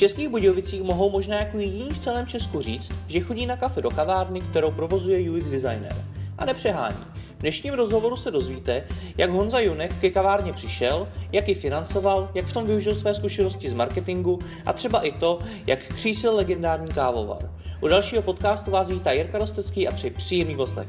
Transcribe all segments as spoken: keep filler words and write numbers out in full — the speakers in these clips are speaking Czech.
Českých Budějovicích mohou možná jako jediní v celém Česku říct, že chodí na kafe do kavárny, kterou provozuje U X designer. A nepřehání. V dnešním rozhovoru se dozvíte, jak Honza Junek ke kavárně přišel, jak ji financoval, jak v tom využil své zkušenosti z marketingu a třeba i to, jak křísil legendární kávovar. U dalšího podcastu vás vítá Jirka Rostecký a přeji příjemný poslech.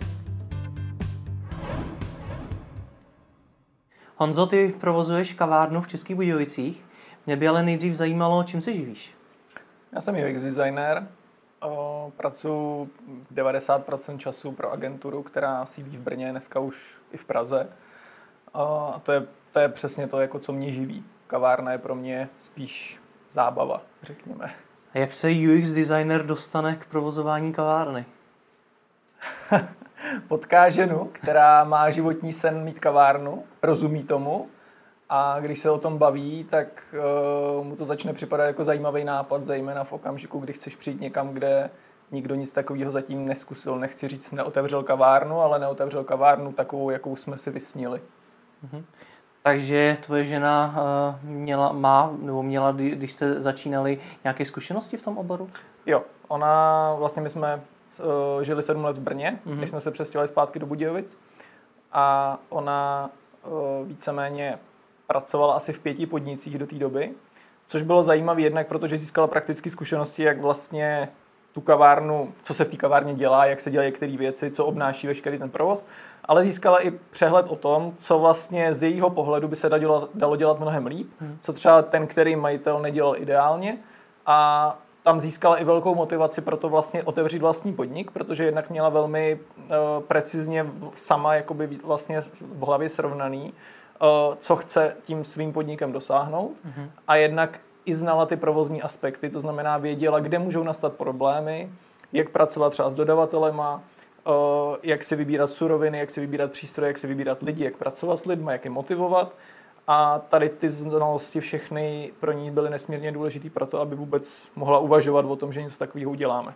Honzo, ty provozuješ kavárnu v Českých Budějovicích. Mě by ale nejdřív zajímalo, čím se živíš. Já jsem U X designer, pracuji devadesát procent času pro agenturu, která sídlí v Brně, dneska už i v Praze. A to je, to je přesně to, jako co mě živí. Kavárna je pro mě spíš zábava, řekněme. A jak se U X designer dostane k provozování kavárny? Potká ženu, která má životní sen mít kavárnu, rozumí tomu a když se o tom baví, tak uh, mu to začne připadat jako zajímavý nápad, zejména v okamžiku, kdy chceš přijít někam, kde nikdo nic takového zatím neskusil. Nechci říct, neotevřel kavárnu, ale neotevřel kavárnu takovou, jakou jsme si vysnili. Mhm. Takže tvoje žena uh, měla, má, nebo měla, když jste začínali, nějaké zkušenosti v tom oboru? Jo, ona, vlastně my jsme uh, žili sedm let v Brně, mm-hmm. když jsme se přestěhovali zpátky do Budějovic a ona uh, víceméně pracovala asi v pěti podnicích do té doby, což bylo zajímavé jednak, protože získala praktické zkušenosti, jak vlastně tu kavárnu, co se v té kavárně dělá, jak se dělají některé věci, co obnáší veškerý ten provoz, ale získala i přehled o tom, co vlastně z jejího pohledu by se dalo, dalo dělat mnohem líp, hmm. co třeba ten, který majitel nedělal ideálně, a tam získala i velkou motivaci pro to vlastně otevřít vlastní podnik, protože jednak měla velmi uh, precizně sama jakoby vlastně v hlavě srovnaný, uh, co chce tím svým podnikem dosáhnout, hmm. a jednak i znala ty provozní aspekty, to znamená věděla, kde můžou nastat problémy, jak pracovat třeba s dodavatelema, jak si vybírat suroviny, jak si vybírat přístroje, jak si vybírat lidi, jak pracovat s lidmi, jak je motivovat. A tady ty znalosti všechny pro ní byly nesmírně důležitý pro to, aby vůbec mohla uvažovat o tom, že něco takového uděláme.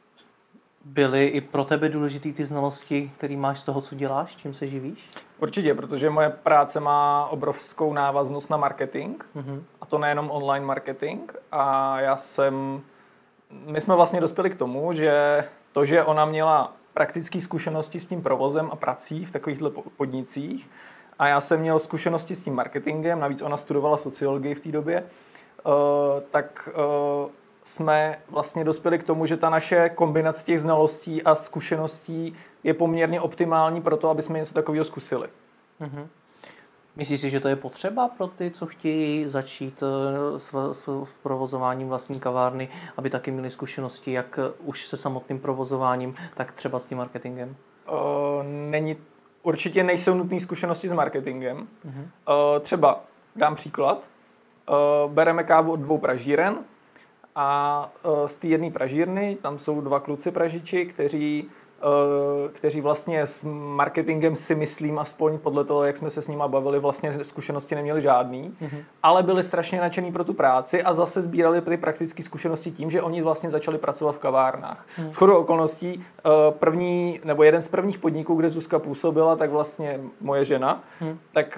Byly i pro tebe důležitý ty znalosti, které máš z toho, co děláš, čím se živíš? Určitě, protože moje práce má obrovskou návaznost na marketing, mm-hmm. a to nejenom online marketing. A já jsem, my jsme vlastně dospěli k tomu, že to, že ona měla praktické zkušenosti s tím provozem a prací v takovýchto podnicích a já jsem měl zkušenosti s tím marketingem, navíc ona studovala sociologii v té době, uh, tak uh, jsme vlastně dospěli k tomu, že ta naše kombinace těch znalostí a zkušeností je poměrně optimální pro to, aby jsme něco takového zkusili. Mm-hmm. Myslíš si, že to je potřeba pro ty, co chtějí začít s, s provozováním vlastní kavárny, aby taky měli zkušenosti jak už se samotným provozováním, tak třeba s tím marketingem? Uh, není, určitě nejsou nutné zkušenosti s marketingem. Uh-huh. Uh, třeba, dám příklad, uh, bereme kávu od dvou pražíren a uh, z té jedné pražírny tam jsou dva kluci pražiči, kteří kteří vlastně s marketingem, si myslím, aspoň podle toho, jak jsme se s nima bavili, vlastně zkušenosti neměli žádný, mm-hmm. ale byli strašně nadšený pro tu práci a zase sbírali ty praktické zkušenosti tím, že oni vlastně začali pracovat v kavárnách. Mm. Shodou okolností první, nebo jeden z prvních podniků, kde Zuzka působila, tak vlastně moje žena, mm. tak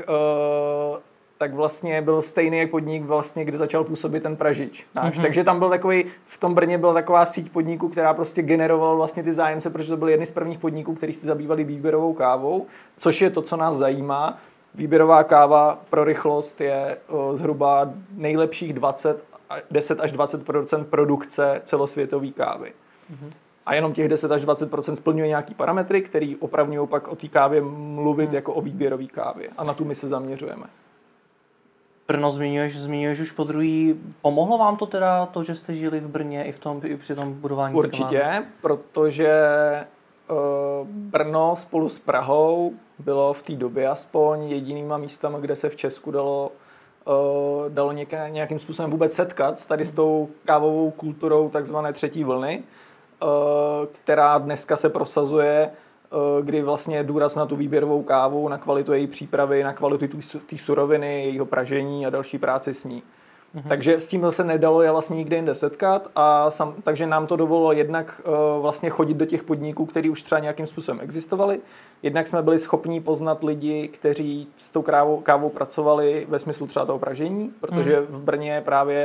tak vlastně byl stejný podnik, vlastně, kde začal působit ten pražič náš. Mm-hmm. Takže tam byl takový, v tom Brně byla taková síť podniků, která prostě generovala vlastně ty zájemce, protože to byl jedny z prvních podniků, který se zabývali výběrovou kávou, což je to, co nás zajímá. Výběrová káva pro rychlost je o, zhruba nejlepších dvacet, deset až dvacet procent produkce celosvětové kávy. Mm-hmm. A jenom těch deset až dvacet procent splňuje nějaký parametry, který opravňují pak o té kávě mluvit mm. jako o výběrové kávě. A na tu my se zaměřujeme. Brno zmiňuješ, zmiňuješ už po druhý. Pomohlo vám to teda to, že jste žili v Brně i v tom, i při tom budování? Určitě, protože uh, Brno spolu s Prahou bylo v té době aspoň jedinýma místama, kde se v Česku dalo, uh, dalo něka, nějakým způsobem vůbec setkat tady s tou kávovou kulturou takzvané třetí vlny, uh, která dneska se prosazuje, kdy vlastně je důraz na tu výběrovou kávu, na kvalitu její přípravy, na kvalitu té suroviny, jejího pražení a další práci s ní. Mm-hmm. Takže s tím se nedalo je vlastně nikde jinde setkat a sam, takže nám to dovolilo jednak uh, vlastně chodit do těch podniků, které už třeba nějakým způsobem existovaly. Jednak jsme byli schopni poznat lidi, kteří s tou kávou, kávou pracovali ve smyslu třeba toho pražení, protože mm. v Brně právě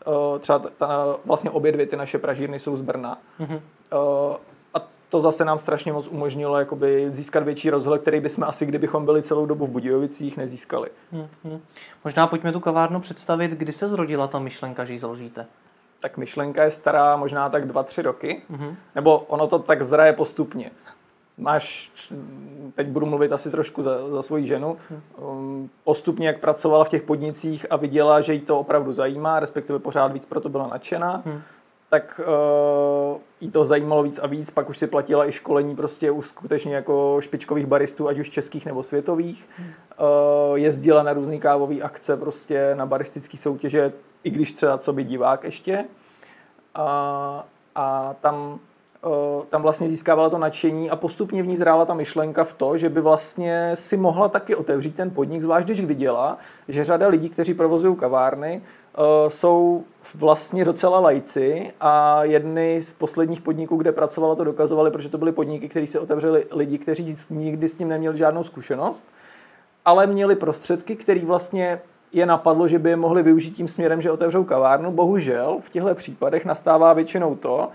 třeba ta, ta, vlastně obě dvě ty naše pražírny jsou z Brna. Mm-hmm. A to zase nám strašně moc umožnilo jakoby získat větší rozhled, který bychom asi, kdybychom byli celou dobu v Budějovicích, nezískali. Mm-hmm. Možná pojďme tu kavárnu představit, kdy se zrodila ta myšlenka, že ji založíte. Tak myšlenka je stará možná tak dva, tři roky, mm-hmm. nebo ono to tak zraje postupně. Máš, teď budu mluvit asi trošku za, za svoji ženu, um, postupně jak pracovala v těch podnicích a viděla, že jí to opravdu zajímá, respektive pořád víc proto byla nadšená, hmm. tak uh, jí to zajímalo víc a víc, pak už si platila i školení prostě už skutečně jako špičkových baristů, ať už českých nebo světových. Hmm. Uh, jezdila na různý kávové akce, prostě na baristické soutěže, i když třeba co by divák ještě. A, a tam tam vlastně získávala to nadšení a postupně v ní zrála ta myšlenka v to, že by vlastně si mohla taky otevřít ten podnik, zvlášť když viděla, že řada lidí, kteří provozují kavárny, jsou vlastně docela laici a jedny z posledních podniků, kde pracovala, to dokazovali, protože to byly podniky, které se otevřeli lidi, kteří nikdy s tím neměli žádnou zkušenost, ale měli prostředky, které vlastně je napadlo, že by je mohli využít tím směrem, že otevřou kavárnu. Bohužel v těchto případech nastává většinou to,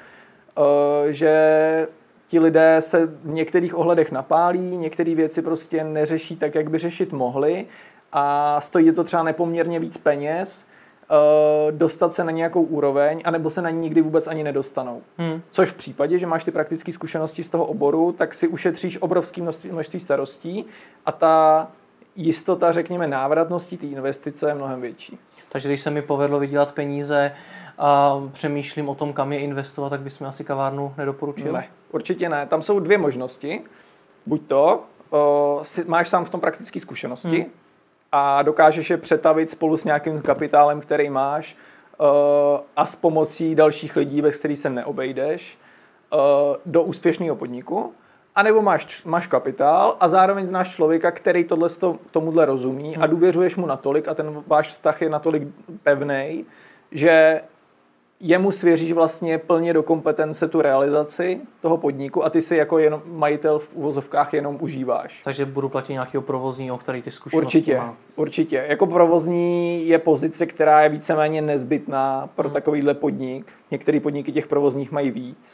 že ti lidé se v některých ohledech napálí, některé věci prostě neřeší tak, jak by řešit mohli a stojí to třeba nepoměrně víc peněz dostat se na nějakou úroveň, anebo se na ní nikdy vůbec ani nedostanou. Hmm. Což v případě, že máš ty praktické zkušenosti z toho oboru, tak si ušetříš obrovské množství, množství starostí a ta jistota, řekněme, návratnosti té investice je mnohem větší. Takže když se mi povedlo vydělat peníze a přemýšlím o tom, kam je investovat, tak bychom asi kavárnu nedoporučili? Ne, určitě ne. Tam jsou dvě možnosti. Buď to, o, si, máš sám v tom praktické zkušenosti hmm. a dokážeš je přetavit spolu s nějakým kapitálem, který máš o, a s pomocí dalších lidí, bez kterých se neobejdeš, o, do úspěšného podniku. A nebo máš, máš kapitál a zároveň znáš člověka, který tohle tomuhle rozumí a důvěřuješ mu natolik a ten váš vztah je natolik pevnej, že jemu svěříš vlastně plně do kompetence tu realizaci toho podniku a ty si jako jenom majitel v uvozovkách jenom užíváš. Takže budu platit nějakého provozního, který ty zkušenosti určitě, má. Určitě. Jako provozní je pozice, která je víceméně nezbytná pro hmm. takovýhle podnik. Některé podniky těch provozních mají víc.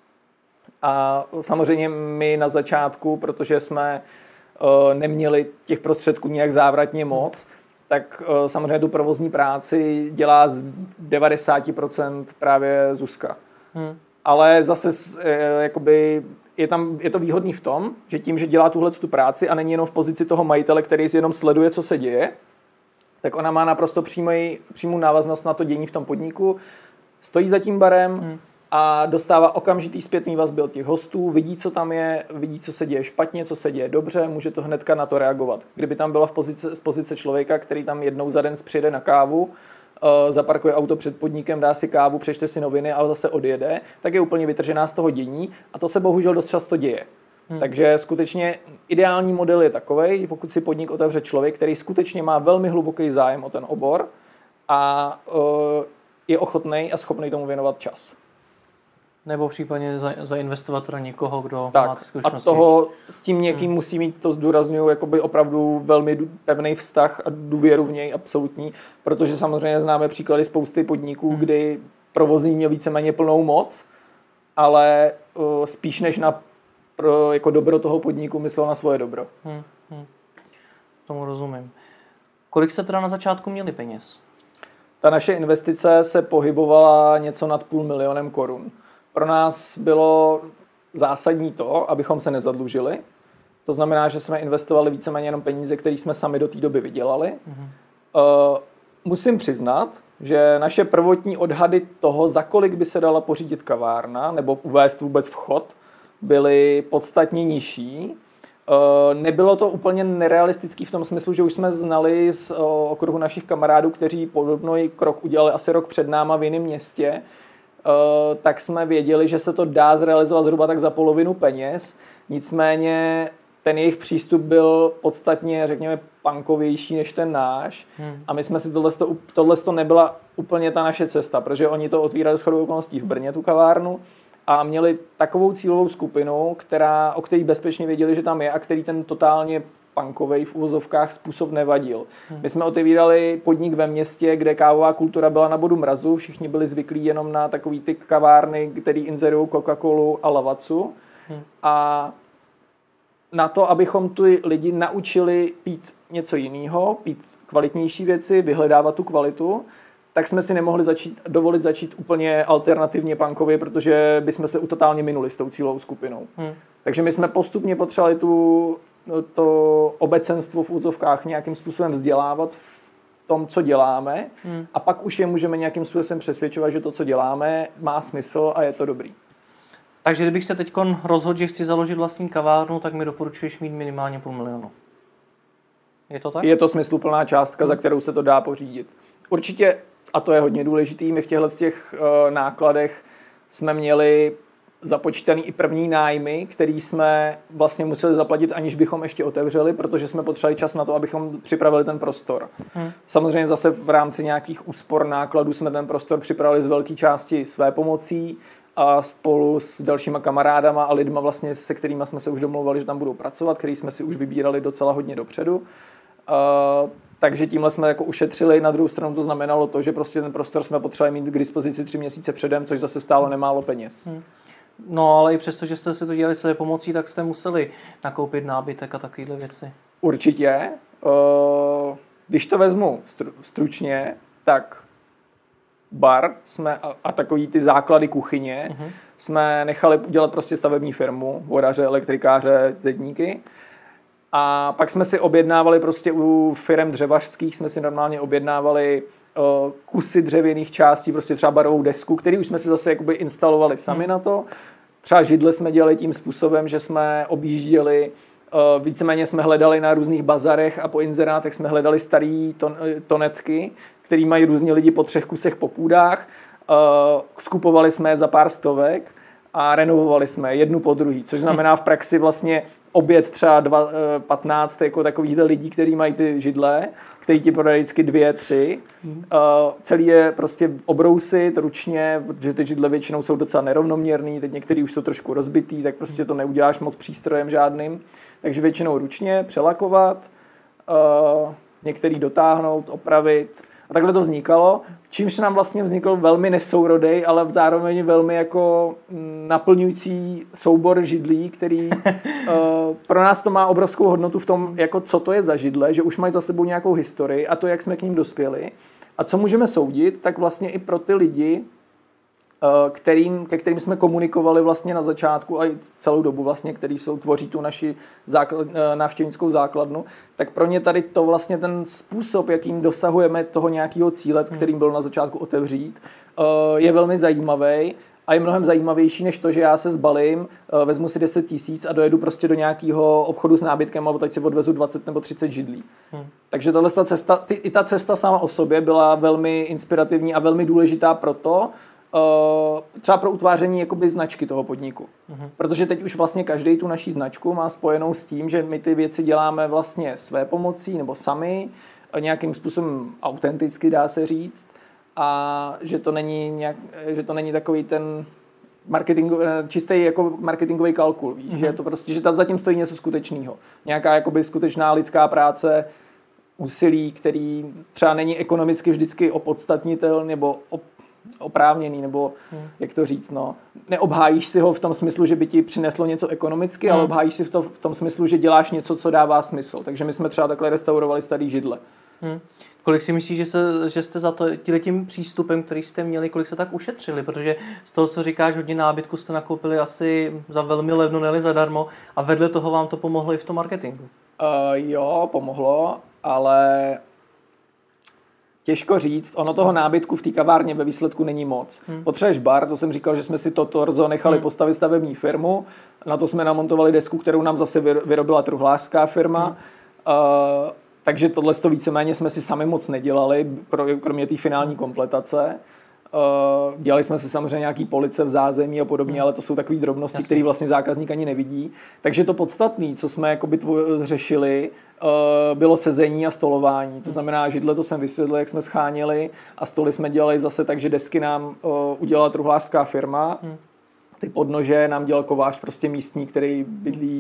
A samozřejmě my na začátku, protože jsme uh, neměli těch prostředků nějak závratně moc, tak uh, samozřejmě tu provozní práci dělá z devadesát procent právě Zuzka. Hmm. Ale zase uh, jakoby je, tam, je to výhodný v tom, že tím, že dělá tuhle tu práci a není jenom v pozici toho majitele, který si jenom sleduje, co se děje, tak ona má naprosto přímý, přímou návaznost na to dění v tom podniku, stojí za tím barem, hmm. a dostává okamžitý zpětný vazby od těch hostů, vidí, co tam je, vidí, co se děje špatně, co se děje dobře, může to hnedka na to reagovat. Kdyby tam byla v pozici, z pozice člověka, který tam jednou za den přijede na kávu, uh, zaparkuje auto před podnikem, dá si kávu, přečte si noviny a zase odjede, tak je úplně vytržená z toho dění a to se bohužel dost často děje. Hmm. Takže skutečně ideální model je takovej, pokud si podnik otevře člověk, který skutečně má velmi hluboký zájem o ten obor a uh, je ochotný a schopný tomu věnovat čas. Nebo případně za, zainvestovat na někoho, kdo tak, má ty zkušenosti. A toho s tím někým hmm. musí mít, to zdůrazňuji, jakoby opravdu velmi pevný vztah a důvěru v něj absolutní, protože samozřejmě známe příklady spousty podniků, hmm. kdy provozní měl víceméně plnou moc, ale uh, spíš než na pro, jako dobro toho podniku myslel na svoje dobro. Hmm. Hmm. Tomu rozumím. Kolik jste teda na začátku měli peněz? Ta naše investice se pohybovala něco nad půl milionem korun. Pro nás bylo zásadní to, abychom se nezadlužili. To znamená, že jsme investovali víceméně jenom peníze, které jsme sami do té doby vydělali. Mm-hmm. Uh, musím přiznat, že naše prvotní odhady toho, za kolik by se dala pořídit kavárna nebo uvést vůbec v chod, byly podstatně nižší. Uh, nebylo to úplně nerealistický v tom smyslu, že už jsme znali z uh, okruhu našich kamarádů, kteří podobný krok udělali asi rok před náma v jiném městě, Uh, tak jsme věděli, že se to dá zrealizovat zhruba tak za polovinu peněz. Nicméně ten jejich přístup byl podstatně, řekněme, punkovější než ten náš. Hmm. A my jsme si tohle, tohle nebyla úplně ta naše cesta, protože oni to otvírali shodou okolností v Brně, tu kavárnu, a měli takovou cílovou skupinu, která, o který bezpečně věděli, že tam je a který ten totálně punkovej v uvozovkách způsob nevadil. Hmm. My jsme otevírali podnik ve městě, kde kávová kultura byla na bodu mrazu, všichni byli zvyklí jenom na takový ty kavárny, který inzerují Coca-Colu a Lavazzu. Hmm. A na to, abychom ty lidi naučili pít něco jiného, pít kvalitnější věci, vyhledávat tu kvalitu, tak jsme si nemohli začít, dovolit začít úplně alternativně punkově, protože bychom se totálně minuli s tou cílovou skupinou. Hmm. Takže my jsme postupně potřebovali tu, to obecenstvo v úzovkách nějakým způsobem vzdělávat v tom, co děláme, hmm. a pak už je můžeme nějakým způsobem přesvědčovat, že to, co děláme, má smysl a je to dobrý. Takže kdybych se teď rozhodl, že chci založit vlastní kavárnu, tak mi doporučuješ mít minimálně půl milionu. Je to tak? Je to smysluplná částka, hmm. za kterou se to dá pořídit. Určitě, a to je hodně důležitý, my v těchto těch uh, nákladech jsme měli započítaný i první nájmy, který jsme vlastně museli zaplatit, aniž bychom ještě otevřeli, protože jsme potřebovali čas na to, abychom připravili ten prostor. Hmm. Samozřejmě zase v rámci nějakých úspor nákladů jsme ten prostor připravili z velké části své pomocí a spolu s dalšíma kamarádama a lidma, vlastně, se kterými jsme se už domlouvali, že tam budou pracovat, který jsme si už vybírali docela hodně dopředu. Uh, takže tímhle jsme jako ušetřili. Na druhou stranu to znamenalo to, že prostě ten prostor jsme potřebovali mít k dispozici tři měsíce předem, což zase stálo nemálo peněz. Hmm. No, ale i přesto, že jste si to dělali své pomocí, tak jste museli nakoupit nábytek a takovéhle věci. Určitě. Uh, když to vezmu stru, stručně, tak bar jsme a, a takový ty základy kuchyně uh-huh. jsme nechali udělat prostě stavební firmu, vodaře, elektrikáře, zedníky. A pak jsme si objednávali prostě u firem dřevařských, jsme si normálně objednávali uh, kusy dřevěných částí, prostě třeba barovou desku, který už jsme si zase jakoby instalovali sami hmm. na to. Třeba židle jsme dělali tím způsobem, že jsme objížděli, uh, víceméně jsme hledali na různých bazarech a po inzerátech jsme hledali starý ton, tonetky, který mají různí lidi po třech kusech po půdách. Uh, skupovali jsme je za pár stovek a renovovali jsme jednu po druhý, což znamená v praxi vlastně oběd třeba dva, patnáct jako takových lidí, kteří mají ty židle, kteří ti prodají vždycky dvě, tři. Hmm. Uh, celý je prostě obrousit ručně, protože ty židle většinou jsou docela nerovnoměrný, teď některý už jsou trošku rozbitý, tak prostě to neuděláš moc přístrojem žádným. Takže většinou ručně přelakovat, uh, některý dotáhnout, opravit. A takhle to vznikalo, čímž nám vlastně vznikl velmi nesourodej, ale zároveň velmi jako naplňující soubor židlí, který uh, pro nás to má obrovskou hodnotu v tom, jako co to je za židle, že už mají za sebou nějakou historii a to, jak jsme k ním dospěli. A co můžeme soudit, tak vlastně i pro ty lidi, kterým, ke kterým jsme komunikovali vlastně na začátku a celou dobu vlastně, který jsou, tvoří tu naši základ, návštěvnickou základnu, tak pro ně tady to vlastně ten způsob, jakým dosahujeme toho nějakého cíle, kterým byl na začátku otevřít, je velmi zajímavý a je mnohem zajímavější, než to, že já se zbalím, vezmu si deset tisíc a dojedu prostě do nějakého obchodu s nábytkem a teď si odvezu dvacet nebo třicet židlí. Hmm. Takže tahle cesta, ty, i ta cesta sama o sobě byla velmi inspirativní a velmi důležitá proto, Uh, třeba pro utváření jakoby značky toho podniku. Uh-huh. Protože teď už vlastně každý tu naší značku má spojenou s tím, že my ty věci děláme vlastně své pomocí nebo sami, nějakým způsobem autenticky dá se říct, a že to není, nějak, že to není takový ten marketing, čistý jako marketingový kalkul, víš? Uh-huh. Že je to prostě, že tam zatím stojí něco skutečného. Nějaká jakoby skutečná lidská práce, úsilí, který třeba není ekonomicky vždycky opodstatnitel nebo op oprávněný, nebo hmm. jak to říct, no. Neobhájíš si ho v tom smyslu, že by ti přineslo něco ekonomicky, hmm. ale obhájíš si v, to, v tom smyslu, že děláš něco, co dává smysl. Takže my jsme třeba takhle restaurovali starý židle. Hmm. Kolik si myslíš, že, se, že jste za to, tím přístupem, který jste měli, kolik se tak ušetřili? Protože z toho, co říkáš, hodně nábytku jste nakoupili asi za velmi levno, ne zadarmo, a vedle toho vám to pomohlo i v tom marketingu. Uh, jo, pomohlo, ale těžko říct, ono toho nábytku v té kavárně ve výsledku není moc. Hmm. Potřebuješ bar, to jsem říkal, že jsme si to torzo nechali hmm. postavit stavební firmu, na to jsme namontovali desku, kterou nám zase vyrobila truhlářská firma, hmm. uh, takže tohle to víceméně jsme si sami moc nedělali, kromě té finální kompletace. Uh, dělali jsme si samozřejmě nějaký police v zázemí a podobně, hmm. ale to jsou takové drobnosti, které vlastně zákazník ani nevidí. Takže to podstatné, co jsme jakoby tvo- řešili, uh, bylo sezení a stolování. To znamená, židle to jsem vysvětlil, jak jsme scháněli, a stoly jsme dělali zase tak, že desky nám uh, udělala truhlářská firma. Hmm. Ty podnože nám dělal kovář prostě místní, který bydlí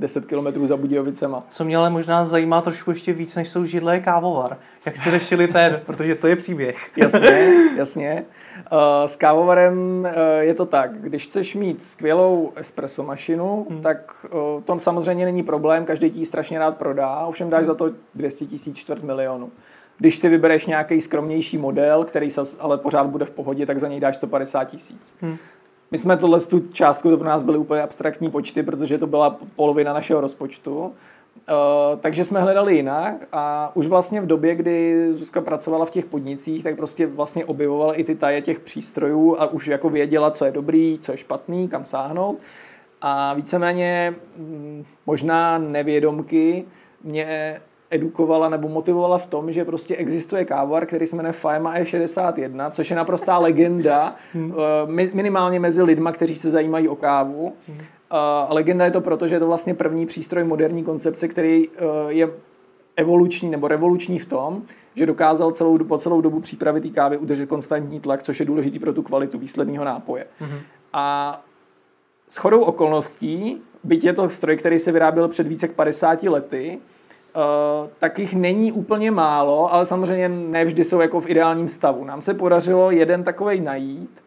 deset kilometrů za Budějovicema. Co mě ale možná zajímá trošku ještě víc, než jsou židle, je kávovar. Jak jste řešili ten, protože to je příběh. Jasně, jasně. S kávovarem je to tak, když chceš mít skvělou espresso mašinu, hmm. tak to samozřejmě není problém, každý ti ji strašně rád prodá, ovšem dáš za to dvě stě tisíc, čtvrt milionu. Když si vybereš nějaký skromnější model, který ale pořád bude v pohodě, tak za něj dáš sto padesát tisíc. Hmm. My jsme tohle tu částku, to pro nás byly úplně abstraktní počty, protože to byla polovina našeho rozpočtu. Uh, takže jsme hledali jinak a už vlastně v době, kdy Zuzka pracovala v těch podnicích, tak prostě vlastně objevovala i ty taje těch přístrojů a už jako věděla, co je dobrý, co je špatný, kam sáhnout. A víceméně možná nevědomky mě edukovala nebo motivovala v tom, že prostě existuje kávovar, který se jmenuje Fajma E šedesát jedna, což je naprostá legenda, hmm. minimálně mezi lidma, kteří se zajímají o kávu. Hmm. A legenda je to proto, že je to vlastně první přístroj moderní koncepce, který je evoluční nebo revoluční v tom, že dokázal celou, po celou dobu přípravy té kávy udržet konstantní tlak, což je důležitý pro tu kvalitu výsledného nápoje. Hmm. A shodou okolností, byť je to stroj, který se vyráběl před více jak padesáti lety, Uh, tak jich není úplně málo, ale samozřejmě ne vždy jsou jako v ideálním stavu. Nám se podařilo jeden takovej najít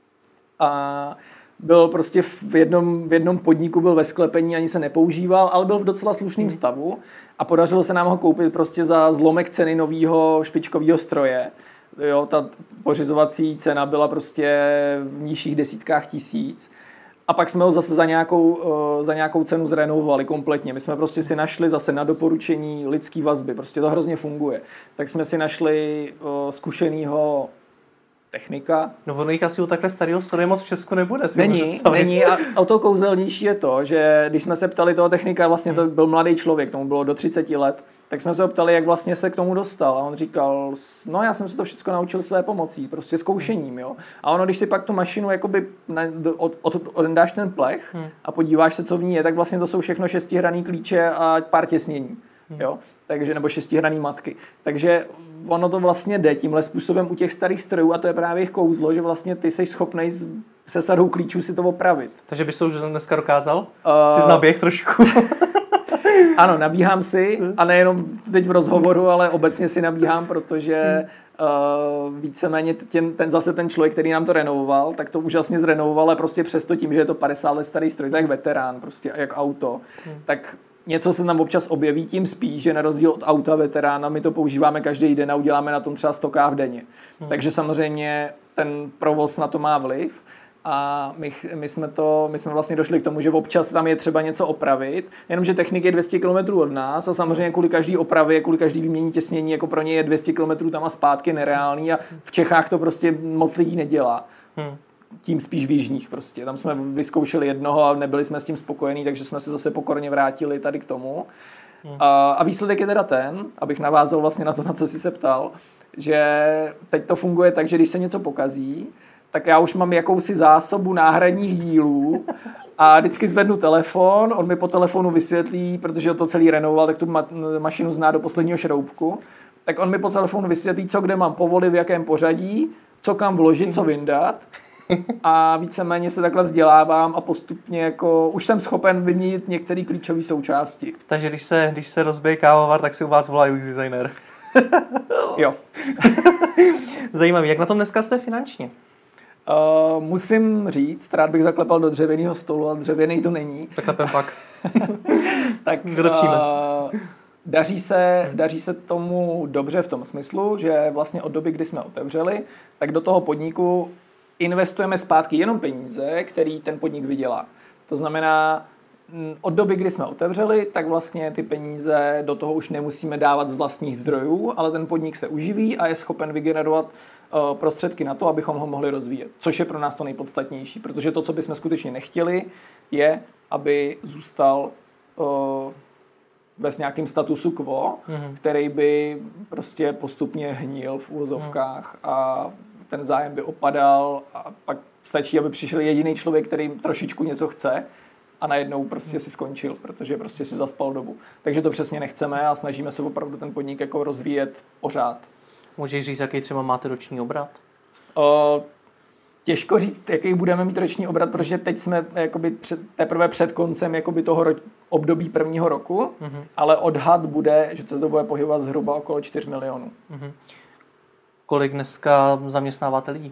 a byl prostě v jednom, v jednom podniku, byl ve sklepení, ani se nepoužíval, ale byl v docela slušném hmm. stavu a podařilo se nám ho koupit prostě za zlomek ceny nového špičkového stroje. Jo, ta pořizovací cena byla prostě v nižších desítkách tisíc. A pak jsme ho zase za nějakou, za nějakou cenu zrenovovali kompletně. My jsme prostě si našli zase na doporučení lidský vazby. Prostě to hrozně funguje. Tak jsme si našli zkušenýho technika. No ono jich asi u takhle starého stroje moc v Česku nebude. Není, není. A o to kouzelnější je to, že když jsme se ptali toho technika, vlastně to byl mladý člověk, tomu bylo do třiceti let, tak jsme se ho ptali, jak vlastně se k tomu dostal. A on říkal, no já jsem se to všechno naučil své pomocí, prostě zkoušením. Jo. A ono, když si pak tu mašinu jakoby od, od, oddáš ten plech hmm. a podíváš se, co v ní je, tak vlastně to jsou všechno šestihraný klíče a pár těsnění. Hmm. Jo. Takže, nebo šestihraný matky. Takže ono to vlastně jde tímhle způsobem u těch starých strojů a to je právě jejich kouzlo, že vlastně ty jsi schopnej se sadou klíčů si to opravit. Takže bys to už dneska dokázal? Uh... Jsi naběh trošku? Ano, nabíhám si a nejenom teď v rozhovoru, ale obecně si nabíhám, protože uh, víceméně ten, ten, zase ten člověk, který nám to renovoval, tak to úžasně zrenovoval, ale prostě přesto tím, že je to padesát let starý stroj, tak veterán, prostě jak auto, hmm. tak něco se tam občas objeví, tím spíš, že na rozdíl od auta veterána my to používáme každý den a uděláme na tom třeba sto káv denně. Hmm. Takže samozřejmě ten provoz na to má vliv. A my, my, jsme to, my jsme vlastně došli k tomu, že občas tam je třeba něco opravit, jenomže technik je dvě stě kilometrů od nás a samozřejmě kvůli každý opravě, kvůli každý výmění těsnění, jako pro ně je dvě stě kilometrů tam a zpátky nereálný a v Čechách to prostě moc lidí nedělá. Hmm. Tím spíš v jižních prostě. Tam jsme vyzkoušeli jednoho a nebyli jsme s tím spokojení, takže jsme se zase pokorně vrátili tady k tomu. Hmm. A, a výsledek je teda ten, abych navázal vlastně na to, na co jsi se ptal, že teď to funguje tak, že když se něco pokazí, tak já už mám jakousi zásobu náhradních dílů a vždycky zvednu telefon, on mi po telefonu vysvětlí, protože to celý renovoval, tak tu ma- mašinu zná do posledního šroubku, tak on mi po telefonu vysvětlí, co kde mám povolit, v jakém pořadí, co kam vložit, co vyndat a víceméně se takhle vzdělávám a postupně jako už jsem schopen vyměnit některé klíčové součásti. Takže když se, když se rozbije kávovar, tak si u vás volá U X designer. Jo. Zajímavý, jak na tom dneska jste finančně? Uh, musím říct, rád bych zaklepal do dřevěného stolu, a dřevěný to není. Zaklepem pak. Tak uh, daří, se, daří se tomu dobře v tom smyslu, že vlastně od doby, kdy jsme otevřeli, tak do toho podniku investujeme zpátky jenom peníze, který ten podnik vydělá. To znamená, od doby, kdy jsme otevřeli, tak vlastně ty peníze do toho už nemusíme dávat z vlastních zdrojů, ale ten podnik se uživí a je schopen vygenerovat prostředky na to, abychom ho mohli rozvíjet. Což je pro nás to nejpodstatnější, protože to, co bychom skutečně nechtěli, je, aby zůstal uh, bez nějakým statusu quo, mm-hmm. který by prostě postupně hnil v úvozovkách mm. a ten zájem by opadal a pak stačí, aby přišel jediný člověk, který trošičku něco chce a najednou prostě si skončil, protože prostě si zaspal dobu. Takže to přesně nechceme a snažíme se opravdu ten podnik jako rozvíjet pořád. Můžeš říct, jaký třeba máte roční obrat? Uh, Těžko říct, jaký budeme mít roční obrat, protože teď jsme jakoby před, teprve před koncem jakoby toho ro- období prvního roku, mm-hmm. ale odhad bude, že to bude pohybovat zhruba okolo čtyři milionů. Mm-hmm. Kolik dneska zaměstnáváte lidí?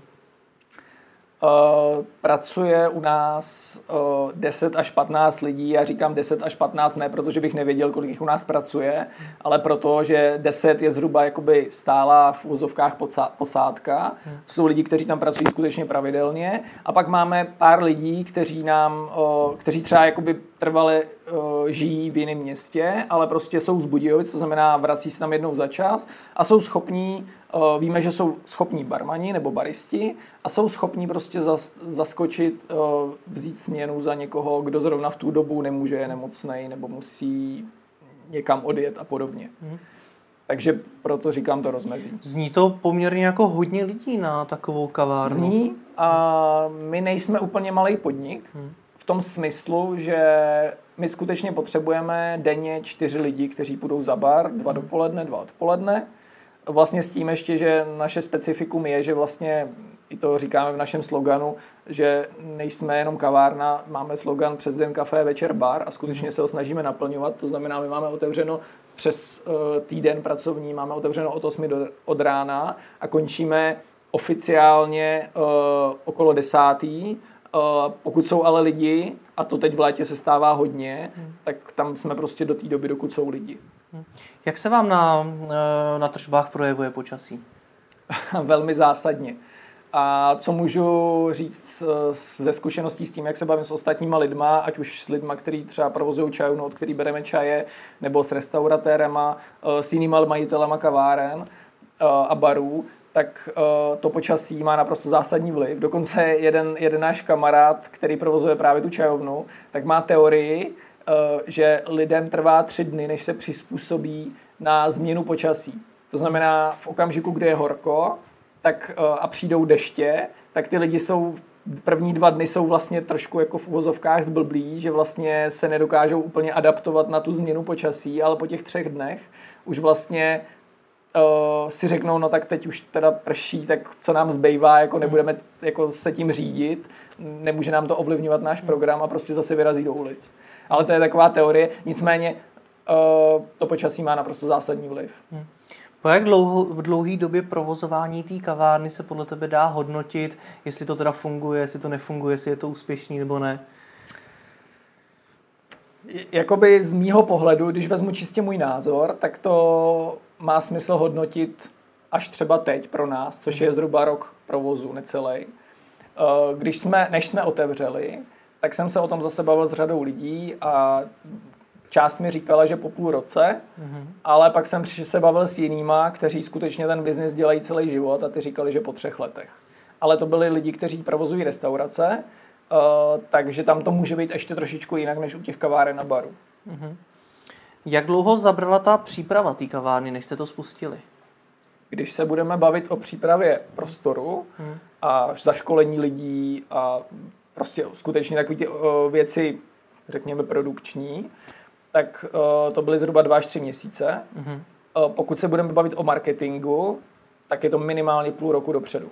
Uh, pracuje u nás uh, deset až patnáct lidí. Já říkám deset až patnáct ne, protože bych nevěděl, kolik jich u nás pracuje, ale proto, že deset je zhruba jakoby stálá v úvozovkách posádka. To jsou lidi, kteří tam pracují skutečně pravidelně. A pak máme pár lidí, kteří nám, uh, kteří třeba jakoby trvale uh, žijí v jiném městě, ale prostě jsou z Budějovic, to znamená vrací se tam jednou za čas a jsou schopní. Víme, že jsou schopní barmani nebo baristi a jsou schopní prostě zas, zaskočit, vzít směnu za někoho, kdo zrovna v tu dobu nemůže, je nemocnej nebo musí někam odjet a podobně. Hmm. Takže proto říkám to rozmezí. Zní to poměrně jako hodně lidí na takovou kavárnu. Zní a my nejsme úplně malý podnik hmm. v tom smyslu, že my skutečně potřebujeme denně čtyři lidi, kteří půjdou za bar, dva dopoledne, dva odpoledne. Vlastně s tím ještě, že naše specifikum je, že vlastně, i to říkáme v našem sloganu, že nejsme jenom kavárna, máme slogan přes den kafe, večer bar a skutečně se ho snažíme naplňovat. To znamená, my máme otevřeno přes týden pracovní, máme otevřeno od osmi do, od rána a končíme oficiálně uh, okolo desátý. Uh, pokud jsou ale lidi, a to teď v létě se stává hodně, hmm. tak tam jsme prostě do té doby, dokud jsou lidi. Jak se vám na, na tržbách projevuje počasí? Velmi zásadně. A co můžu říct ze zkušeností s tím, jak se bavím s ostatníma lidma, ať už s lidma, kteří třeba provozují čajovnu, od který bereme čaje, nebo s restauratérema, s jinýma majitelema kaváren a barů, tak to počasí má naprosto zásadní vliv. Dokonce jeden, jeden náš kamarád, který provozuje právě tu čajovnu, tak má teorii, že lidem trvá tři dny, než se přizpůsobí na změnu počasí. To znamená, v okamžiku, kdy je horko tak, a přijdou deště, tak ty lidi jsou, první dva dny jsou vlastně trošku jako v uvozovkách zblblí, že vlastně se nedokážou úplně adaptovat na tu změnu počasí, ale po těch třech dnech už vlastně uh, si řeknou, no tak teď už teda prší, tak co nám zbývá, jako nebudeme jako se tím řídit, nemůže nám to ovlivňovat náš program a prostě zase vyrazí do ulic. Ale to je taková teorie, nicméně uh, to počasí má naprosto zásadní vliv. Hmm. Po jak dlouho, v dlouhé době provozování té kavárny se podle tebe dá hodnotit, jestli to teda funguje, jestli to nefunguje, jestli je to úspěšný nebo ne? Jakoby z mýho pohledu, když vezmu čistě můj názor, tak to má smysl hodnotit až třeba teď pro nás, což je zhruba rok provozu, necelý. Uh, když jsme, než jsme otevřeli, tak jsem se o tom zase bavil s řadou lidí a část mi říkala, že po půl roce, mm-hmm. ale pak jsem se bavil s jinýma, kteří skutečně ten biznis dělají celý život a ty říkali, že po třech letech. Ale to byli lidi, kteří provozují restaurace, uh, takže tam to může být ještě trošičku jinak, než u těch kaváren a barů. Mm-hmm. Jak dlouho zabrala ta příprava té kavárny, než jste to spustili? Když se budeme bavit o přípravě prostoru mm. a zaškolení lidí a prostě skutečně takové ty uh, věci, řekněme, produkční, tak uh, to byly zhruba dva až tři měsíce. Mm-hmm. Uh, pokud se budeme bavit o marketingu, tak je to minimálně půl roku dopředu.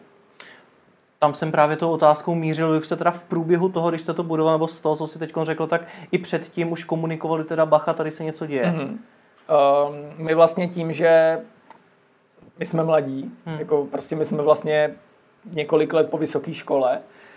Tam jsem právě tou otázkou mířil, jak jste teda v průběhu toho, když jste to budoval, nebo z toho, co si teď řekl, tak i předtím už komunikovali teda bacha, tady se něco děje. Mm-hmm. Uh, my vlastně tím, že my jsme mladí, mm. jako prostě my jsme vlastně několik let po vysoké škole,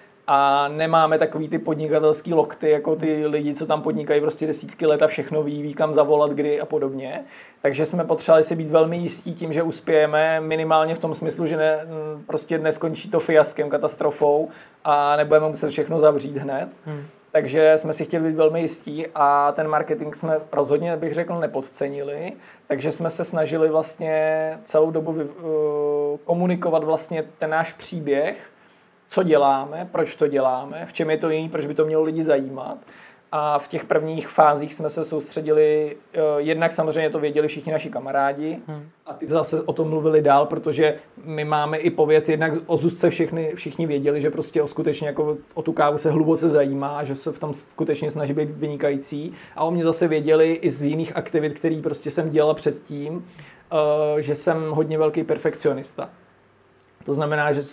a nemáme takový ty podnikatelský lokty, jako ty lidi, co tam podnikají prostě desítky let a všechno ví, ví kam zavolat, kdy a podobně. Takže jsme potřebovali si být velmi jistí tím, že uspějeme minimálně v tom smyslu, že ne, prostě neskončí to fiaskem, katastrofou a nebudeme muset všechno zavřít hned. Hmm. Takže jsme si chtěli být velmi jistí a ten marketing jsme rozhodně, bych řekl, nepodcenili. Takže jsme se snažili vlastně celou dobu uh, komunikovat vlastně ten náš příběh, co děláme, proč to děláme, v čem je to jiný, proč by to mělo lidi zajímat. A v těch prvních fázích jsme se soustředili, jednak samozřejmě to věděli všichni naši kamarádi hmm. a ty zase o tom mluvili dál, protože my máme i pověst, jednak o Zuzce všichni, všichni věděli, že prostě o skutečně jako o tu kávu se hluboce zajímá, že se v tom skutečně snaží být vynikající. A o mě zase věděli i z jiných aktivit, který prostě jsem dělal předtím, že jsem hodně velký perfekcionista. To znamená, že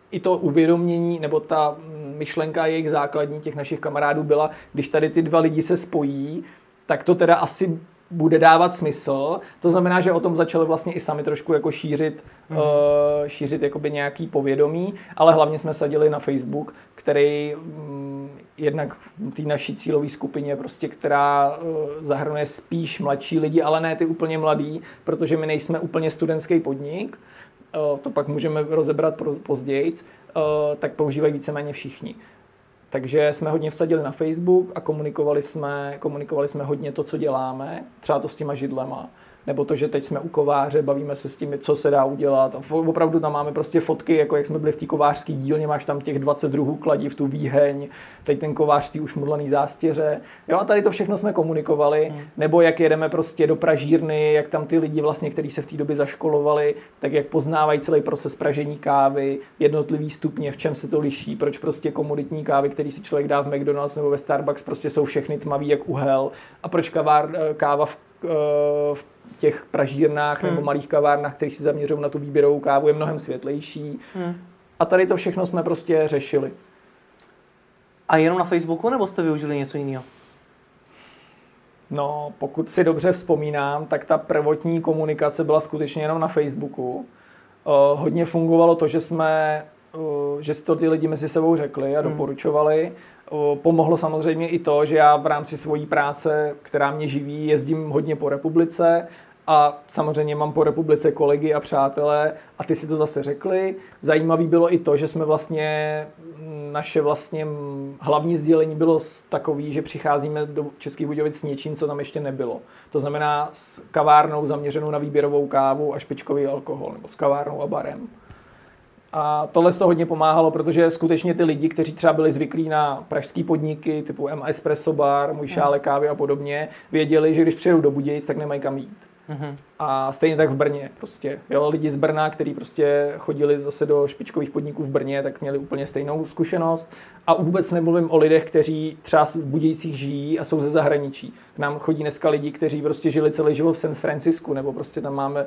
i to uvědomění, nebo ta myšlenka jejich základní těch našich kamarádů byla, když tady ty dva lidi se spojí, tak to teda asi bude dávat smysl. To znamená, že o tom začali vlastně i sami trošku jako šířit, mm. uh, šířit jakoby nějaký povědomí, ale hlavně jsme sadili na Facebook, který um, jednak v té naší cílové skupině, prostě, která uh, zahrnuje spíš mladší lidi, ale ne ty úplně mladý, protože my nejsme úplně studentský podnik, uh, to pak můžeme rozebrat později, uh, tak používají víceméně všichni. Takže jsme hodně vsadili na Facebook a komunikovali jsme, komunikovali jsme hodně to, co děláme, třeba to s těma židlema, nebo to, že teď jsme u kováře, bavíme se s tím, co se dá udělat. A opravdu tam máme prostě fotky, jako jak jsme byli v té kovářské dílně, máš tam těch dvacet druhů kladiv, tu výheň, teď ten kovář, ty už mudlaný zástěře. Jo, a tady to všechno jsme komunikovali, hmm. nebo jak jedeme prostě do pražírny, jak tam ty lidi vlastně, kteří se v té době zaškolovali, tak jak poznávají celý proces pražení kávy, jednotlivý stupně, v čem se to liší, proč prostě komoditní kávy, který si člověk dá v McDonald's nebo ve Starbucks, prostě jsou všechny tmavý jak uhel, a proč kavár, káva v, v těch pražírnách hmm. nebo malých kavárnách, kterých si zaměřují na tu výběrovou kávu, je mnohem světlejší. Hmm. A tady to všechno jsme prostě řešili. A jenom na Facebooku, nebo jste využili něco jiného? No, pokud si dobře vzpomínám, tak ta prvotní komunikace byla skutečně jenom na Facebooku. Uh, hodně fungovalo to, že jsme, uh, že si to ty lidi mezi sebou řekli a hmm. doporučovali. Uh, pomohlo samozřejmě i to, že já v rámci svojí práce, která mě živí, jezdím hodně po republice a samozřejmě mám po republice kolegy a přátelé a ty si to zase řekli. Zajímavý bylo i to, že jsme vlastně, naše vlastně hlavní sdělení bylo takový, že přicházíme do Českých Budějovic s něčím, co tam ještě nebylo. To znamená s kavárnou zaměřenou na výběrovou kávu a špičkový alkohol, nebo s kavárnou a barem. A tohle to hodně pomáhalo, protože skutečně ty lidi, kteří třeba byli zvyklí na pražský podniky typu M Espresso Bar, Můj šálek kávy a podobně, věděli, že když přijedou do Budějic, tak nemají kam jít. Mm-hmm. A stejně tak v Brně prostě. Jo, lidi z Brna, kteří prostě chodili zase do špičkových podniků v Brně, tak měli úplně stejnou zkušenost. A vůbec nemluvím o lidech, kteří třeba v Budějcích žijí a jsou ze zahraničí. K nám chodí dneska lidi, kteří prostě žili celý život v San Francisku, nebo prostě tam máme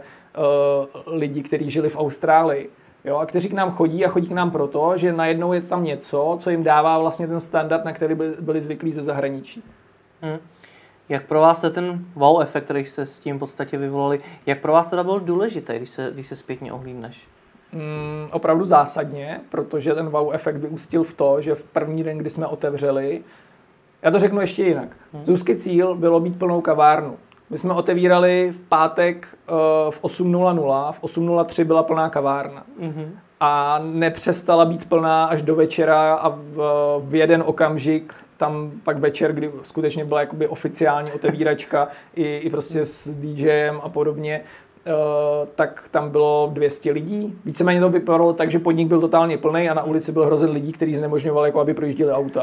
uh, lidi, kteří žili v Austrálii. Jo, a kteří k nám chodí a chodí k nám proto, že najednou je tam něco, co jim dává vlastně ten standard, na který by, byli zvyklí ze zahraničí. Hmm. Jak pro vás je ten wow efekt, který jste s tím v podstatě vyvolali, jak pro vás teda byl důležitý, když se, když se zpětně ohlídneš? Mm, opravdu zásadně, protože ten wow efekt vyústil v to, že v první den, kdy jsme otevřeli, já to řeknu ještě jinak, hmm. Zuzky cíl bylo mít plnou kavárnu. My jsme otevírali v pátek uh, v osm nula nula, v osm nula tři byla plná kavárna. Mm-hmm. A nepřestala být plná až do večera a v, v jeden okamžik, tam pak večer, kdy skutečně byla jakoby oficiální otevíračka i, i prostě s DJem a podobně, uh, tak tam bylo dvě stě lidí. Víceméně to vypadalo tak, že podnik byl totálně plný a na ulici byl hrozen lidí, kteří znemožňovali, jako aby projížděli auta.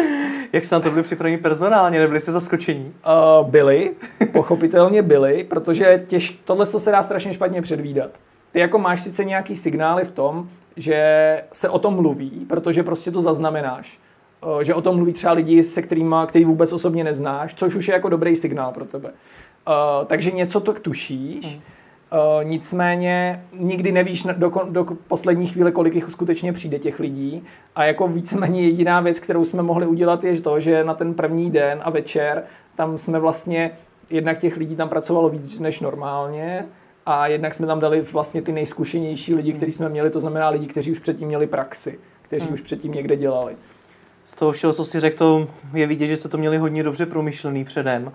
Jak jste na to byli připraveni personálně, nebyli jste zaskočení? Uh, byli, pochopitelně byli, protože těž, tohle se dá strašně špatně předvídat. Ty jako máš sice nějaký signály v tom, že se o tom mluví, protože prostě to zaznamenáš. Uh, že o tom mluví třeba lidi, se kterými, který vůbec osobně neznáš, což už je jako dobrý signál pro tebe. Uh, takže něco to tušíš, hmm. Uh, nicméně nikdy nevíš do, do poslední chvíle, kolik jich skutečně přijde těch lidí. A jako víceméně jediná věc, kterou jsme mohli udělat, je to, že na ten první den a večer tam jsme vlastně, jednak těch lidí tam pracovalo víc než normálně a jednak jsme tam dali vlastně ty nejzkušenější lidi, kteří jsme měli, to znamená lidi, kteří už předtím měli praxi, kteří hmm. už předtím někde dělali. Z toho všeho, co jsi řekl, to je vidět, že jste to měli hodně dobře promyšlený předem.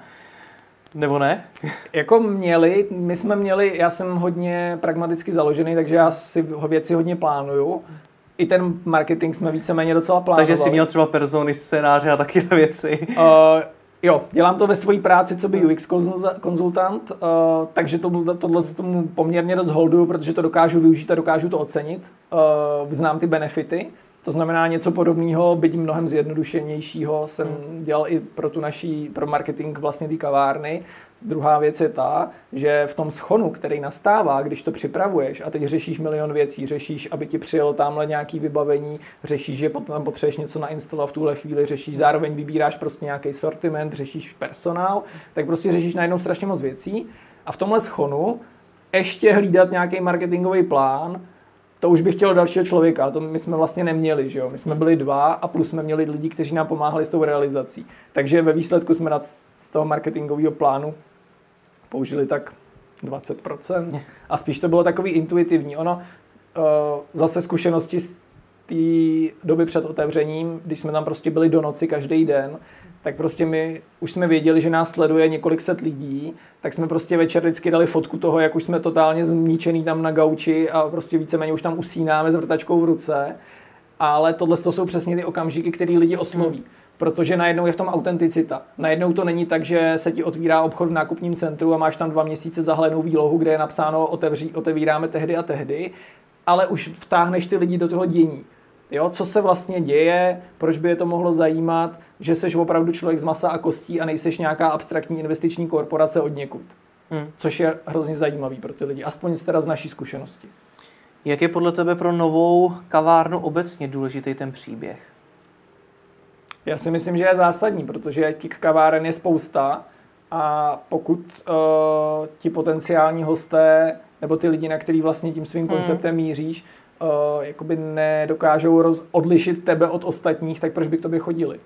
Nebo ne? Jako měli, my jsme měli, já jsem hodně pragmaticky založený, takže já si věci hodně plánuju. I ten marketing jsme víceméně docela plánovali. Takže jsi měl třeba persony, scénáře a takové věci. Uh, jo, dělám to ve své práci, co by U X konzultant, uh, takže to, tohle tomu poměrně dost holduju, protože to dokážu využít a dokážu to ocenit. Uh, znám ty benefity. To znamená něco podobného, byť mnohem zjednodušenějšího jsem hmm. dělal i pro tu naší, pro marketing vlastně té kavárny. Druhá věc je ta, že v tom schonu, který nastává, když to připravuješ a teď řešíš milion věcí, řešíš, aby ti přijelo tamhle nějaký vybavení, řešíš, že potom potřebuješ něco nainstalovat v tuhle chvíli, řešíš, zároveň vybíráš prostě nějaký sortiment, řešíš personál, tak prostě řešíš najednou strašně moc věcí a v tomhle schonu ještě hlídat nějaký marketingový plán to už by chtělo dalšího člověka, a to my jsme vlastně neměli, že jo? My jsme byli dva a plus jsme měli lidi, kteří nám pomáhali s tou realizací. Takže ve výsledku jsme na, z toho marketingového plánu použili tak dvacet procent a spíš to bylo takový intuitivní. Ono zase zkušenosti z té doby před otevřením, když jsme tam prostě byli do noci každý den, tak prostě my už jsme věděli, že nás sleduje několik set lidí, tak jsme prostě večer vždycky dali fotku toho, jak už jsme totálně zničený tam na gauči a prostě víceméně už tam usínáme s vrtačkou v ruce. Ale tohle to jsou přesně ty okamžiky, které lidi osloví. Protože najednou je v tom autenticita. Najednou to není tak, že se ti otvírá obchod v nákupním centru a máš tam dva měsíce zahalenou výlohu, kde je napsáno otevří, otevíráme tehdy a tehdy, ale už vtáhneš ty lidi do toho dění. Jo, co se vlastně děje, proč by je to mohlo zajímat, že seš opravdu člověk z masa a kostí a nejseš nějaká abstraktní investiční korporace od někud. Hmm. Což je hrozně zajímavý pro ty lidi, aspoň teda z naší zkušenosti. Jak je podle tebe pro novou kavárnu obecně důležitý ten příběh? Já si myslím, že je zásadní, protože těch kaváren je spousta a pokud uh, ti potenciální hosté nebo ty lidi, na který vlastně tím svým konceptem hmm. míříš, Uh, jakoby nedokážou roz, odlišit tebe od ostatních, tak proč by k tobě chodili?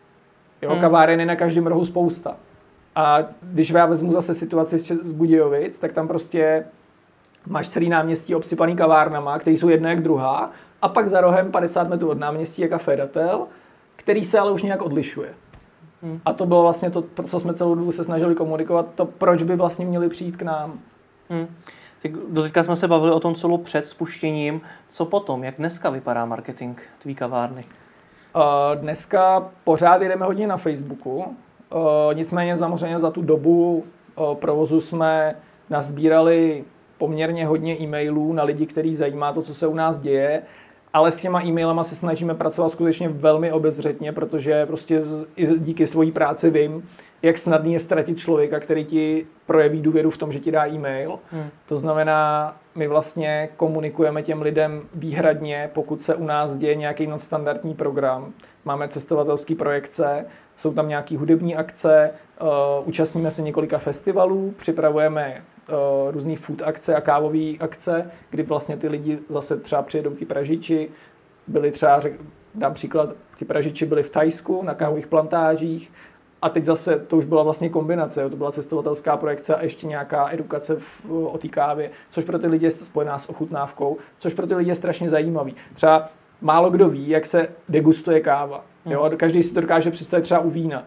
Jo, hmm. kaváren je na každém rohu spousta. A když já vezmu zase situaci z Budějovic, tak tam prostě máš celý náměstí obsypaný kavárnama, které jsou jedna jak druhá, a pak za rohem padesát metrů od náměstí je Café Datel, který se ale už nějak odlišuje. Hmm. A to bylo vlastně to, co jsme celou dobu se snažili komunikovat, to proč by vlastně měli přijít k nám. Hmm. Doteďka jsme se bavili o tom celou před spuštěním. Co potom? Jak dneska vypadá marketing tvý kavárny? Uh, dneska pořád jedeme hodně na Facebooku. Uh, nicméně samozřejmě za tu dobu uh, provozu jsme nazbírali poměrně hodně e-mailů na lidi, který zajímá to, co se u nás děje. Ale s těma e-mailama se snažíme pracovat skutečně velmi obezřetně, protože prostě i díky svojí práci vím, jak snadný je ztratit člověka, který ti projeví důvěru v tom, že ti dá e-mail. Hmm. To znamená, my vlastně komunikujeme těm lidem výhradně, pokud se u nás děje nějaký nadstandardní program. Máme cestovatelské projekce, jsou tam nějaké hudební akce, uh, účastníme se několika festivalů, připravujeme uh, různý food akce a kávové akce, kdy vlastně ty lidi zase třeba přijedou ty Pražiči, byli třeba, dám příklad, ty Pražiči byli v Thajsku na kávových plantážích. A teď zase to už byla vlastně kombinace, jo? To byla cestovatelská projekce a ještě nějaká edukace v, o té kávě, což pro ty lidi je spojená s ochutnávkou, což pro ty lidi je strašně zajímavý. Třeba málo kdo ví, jak se degustuje káva. Jo? Každý si to dokáže představit třeba u vína,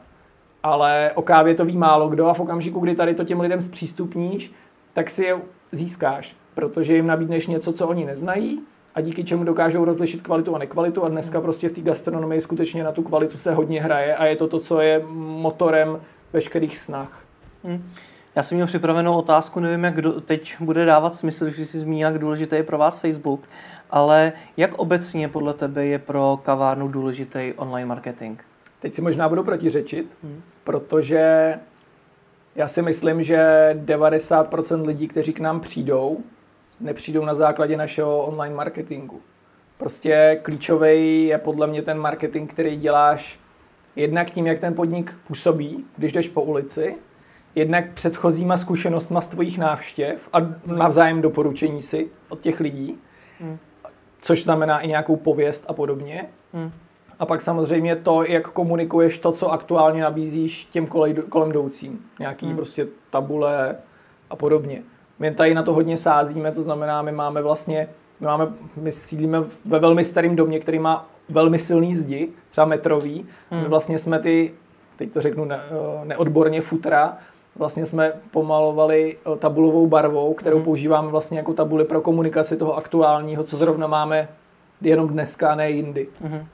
ale o kávě to ví málo kdo a v okamžiku, kdy tady to těm lidem zpřístupníš, tak si je získáš, protože jim nabídneš něco, co oni neznají, a díky čemu dokážou rozlišit kvalitu a nekvalitu a dneska prostě v té gastronomii skutečně na tu kvalitu se hodně hraje a je to to, co je motorem veškerých snah. Hmm. Já jsem měl připravenou otázku, nevím, jak do, teď bude dávat smysl, když jsi zmínil, jak důležitý je pro vás Facebook, ale jak obecně podle tebe je pro kavárnu důležitý online marketing? Teď si možná budu protiřečit, hmm. protože já si myslím, že devadesát procent lidí, kteří k nám přijdou, nepřijdou na základě našeho online marketingu. Prostě klíčový je podle mě ten marketing, který děláš jednak tím, jak ten podnik působí, když jdeš po ulici, jednak předchozíma zkušenostma z tvojich návštěv a navzájem doporučení si od těch lidí, hmm. což znamená i nějakou pověst a podobně. Hmm. A pak samozřejmě to, jak komunikuješ to, co aktuálně nabízíš těm kolej, kolem jdoucím. Nějaký hmm. prostě tabule a podobně. My tady na to hodně sázíme, to znamená, my máme vlastně, my, máme, my sídlíme ve velmi starém domě, který má velmi silný zdi, třeba metrový. Hmm. My vlastně jsme ty, teď to řeknu ne, neodborně, futra, vlastně jsme pomalovali tabulovou barvou, kterou hmm. používáme vlastně jako tabuli pro komunikaci toho aktuálního, co zrovna máme jenom dneska, ne jindy. Hmm.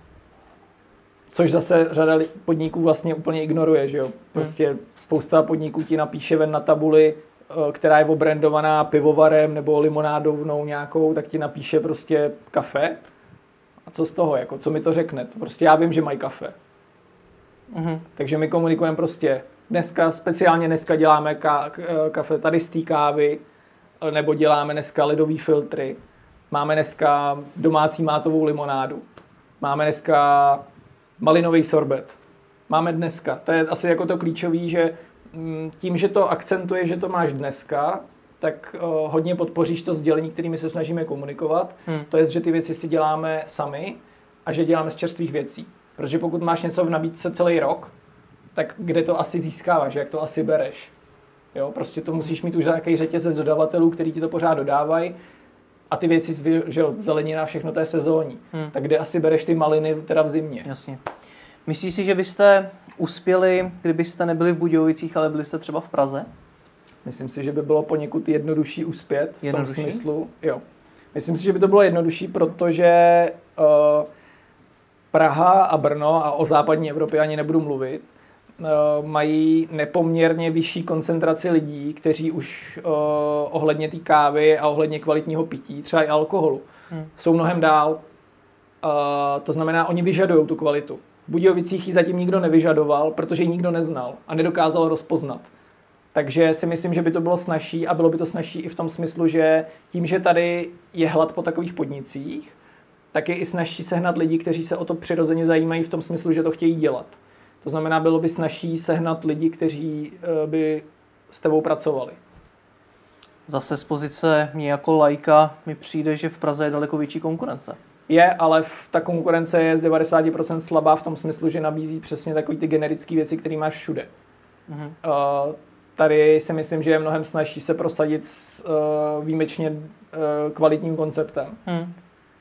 Což zase řada podniků vlastně úplně ignoruje, že jo. Prostě hmm. spousta podniků ti napíše ven na tabuli, která je obrandovaná pivovarem nebo limonádovnou nějakou, tak ti napíše prostě kafe. A co z toho, jako, co mi to řekne? Prostě já vím, že mají kafe. Mm-hmm. Takže my komunikujeme prostě dneska, speciálně dneska děláme ka- kafe tady z té kávy, nebo děláme dneska ledový filtry, máme dneska domácí mátovou limonádu, máme dneska malinový sorbet. Máme dneska. To je asi jako to klíčový, že tím, že to akcentuje, že to máš dneska, tak uh, hodně podpoříš to sdělení, kterými se snažíme komunikovat. Hmm. To je, že ty věci si děláme sami a že děláme z čerstvých věcí. Protože pokud máš něco v nabídce celý rok, tak kde to asi získáváš, jak to asi bereš. Jo, prostě to musíš mít už nějaký řetězec dodavatelů, který ti to pořád dodávají. A ty věci, že zelenina, všechno to je sezónní. Hmm. Tak kde asi bereš ty maliny teda v zimě? Jasně. Myslíš si, že byste uspěli, kdybyste nebyli v Budějovicích, ale byli jste třeba v Praze? Myslím si, že by bylo poněkud jednodušší uspět. Jednodušší? V tom smyslu, jo. Myslím si, že by to bylo jednodušší, protože uh, Praha a Brno, a o západní Evropě ani nebudu mluvit, uh, mají nepoměrně vyšší koncentraci lidí, kteří už uh, ohledně té kávy a ohledně kvalitního pití, třeba i alkoholu, hmm. jsou mnohem dál. Uh, to znamená, oni vyžadují tu kvalitu. V Budějovicích ji zatím nikdo nevyžadoval, protože ji nikdo neznal a nedokázal rozpoznat. Takže si myslím, že by to bylo snazší a bylo by to snazší i v tom smyslu, že tím, že tady je hlad po takových podnicích, tak je i snazší sehnat lidi, kteří se o to přirozeně zajímají v tom smyslu, že to chtějí dělat. To znamená, bylo by snazší sehnat lidi, kteří by s tebou pracovali. Zase z pozice mě jako laika mi přijde, že v Praze je daleko větší konkurence. Je, ale ta konkurence je z devadesát procent slabá v tom smyslu, že nabízí přesně takový ty generické věci, které máš všude. Mhm. Uh, Tady si myslím, že je mnohem snazší se prosadit s uh, výjimečně uh, kvalitním konceptem. Hmm.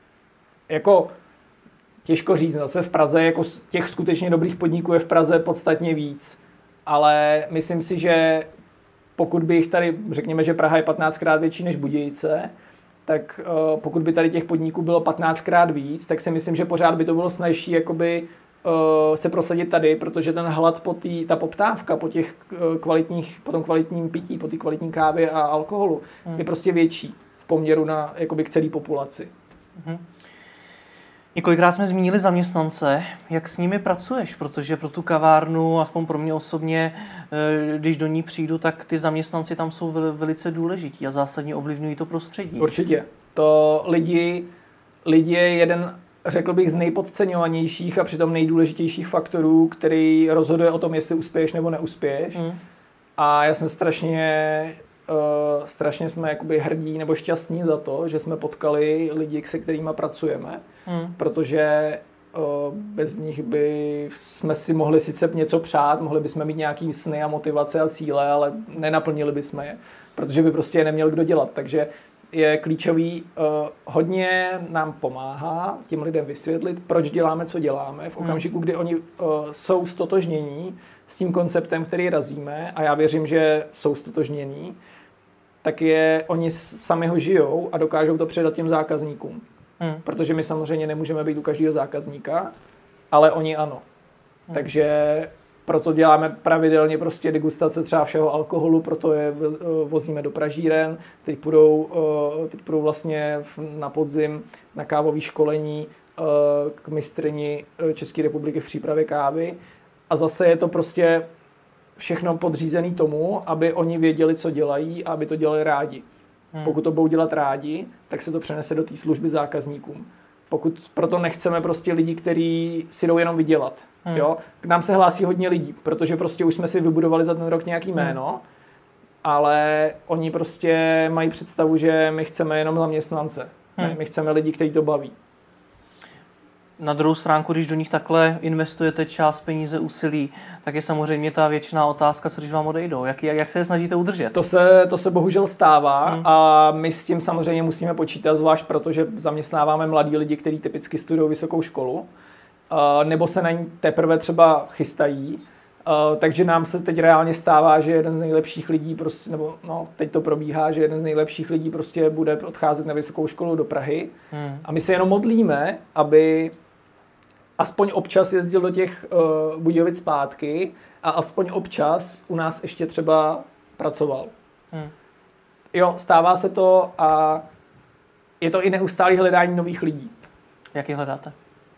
Jako těžko říct, zase v Praze jako těch skutečně dobrých podniků je v Praze podstatně víc. Ale myslím si, že pokud by jich tady, řekněme, že Praha je patnáctkrát větší než Budějice, tak uh, pokud by tady těch podniků bylo patnáctkrát víc, tak si myslím, že pořád by to bylo snazší jakoby se prosadit tady, protože ten hlad po tý, ta poptávka po těch kvalitních, po tom kvalitním pití, po té kvalitní kávě a alkoholu hmm. je prostě větší v poměru na jakoby k celé populaci. Hmm. Několikrát jsme zmínili zaměstnance. Jak s nimi pracuješ? Protože pro tu kavárnu, aspoň pro mě osobně, když do ní přijdu, tak ty zaměstnanci tam jsou velice důležití a zásadně ovlivňují to prostředí. Určitě. To lidi, lidi je jeden, řekl bych, z nejpodceňovanějších a přitom nejdůležitějších faktorů, který rozhoduje o tom, jestli uspěješ nebo neuspěješ. Mm. A já jsem strašně, uh, strašně jsme jakoby hrdí nebo šťastní za to, že jsme potkali lidi, se kterými pracujeme, mm. protože uh, bez nich by jsme si mohli sice něco přát, mohli bychom mít nějaký sny a motivace a cíle, ale nenaplnili bychom je, protože by prostě je neměl kdo dělat. Takže je klíčový, uh, hodně nám pomáhá těm lidem vysvětlit, proč děláme, co děláme. V okamžiku, kdy oni uh, jsou stotožnění s tím konceptem, který razíme, a já věřím, že jsou stotožnění, tak je, oni sami ho žijou a dokážou to předat těm zákazníkům. Hmm. Protože my samozřejmě nemůžeme být u každého zákazníka, ale oni ano. Hmm. Takže proto děláme pravidelně prostě degustace třeba všeho alkoholu, proto je vozíme do pražíren. Teď půjdou, teď půjdou vlastně na podzim na kávové školení k mistryni České republiky v přípravě kávy. A zase je to prostě všechno podřízené tomu, aby oni věděli, co dělají a aby to dělali rádi. Hmm. Pokud to budou dělat rádi, tak se to přenese do té služby zákazníkům. Pokud proto nechceme prostě lidi, kteří si jdou jenom vydělat. Hmm. Jo? K nám se hlásí hodně lidí, protože prostě už jsme si vybudovali za ten rok nějaký jméno, hmm. ale oni prostě mají představu, že my chceme jenom zaměstnance. Hmm. Ne, my chceme lidi, kteří to baví. Na druhou stránku, když do nich takhle investujete čas, peníze, úsilí, tak je samozřejmě ta věčná otázka, co když vám odejdou. Jak, jak se je snažíte udržet? To se, to se bohužel stává hmm. a my s tím samozřejmě musíme počítat, zvlášť protože zaměstnáváme mladí lidi, kteří typicky studují vysokou školu, nebo se na ní teprve třeba chystají. Takže nám se teď reálně stává, že jeden z nejlepších lidí, prostě, nebo no, teď to probíhá, že jeden z nejlepších lidí prostě bude odcházet na vysokou školu do Prahy. Hmm. A my se jenom modlíme, aby aspoň občas jezdil do těch uh, Budějovic zpátky a aspoň občas u nás ještě třeba pracoval. Hmm. Jo, stává se to a je to i neustálé hledání nových lidí. Jak je hledáte?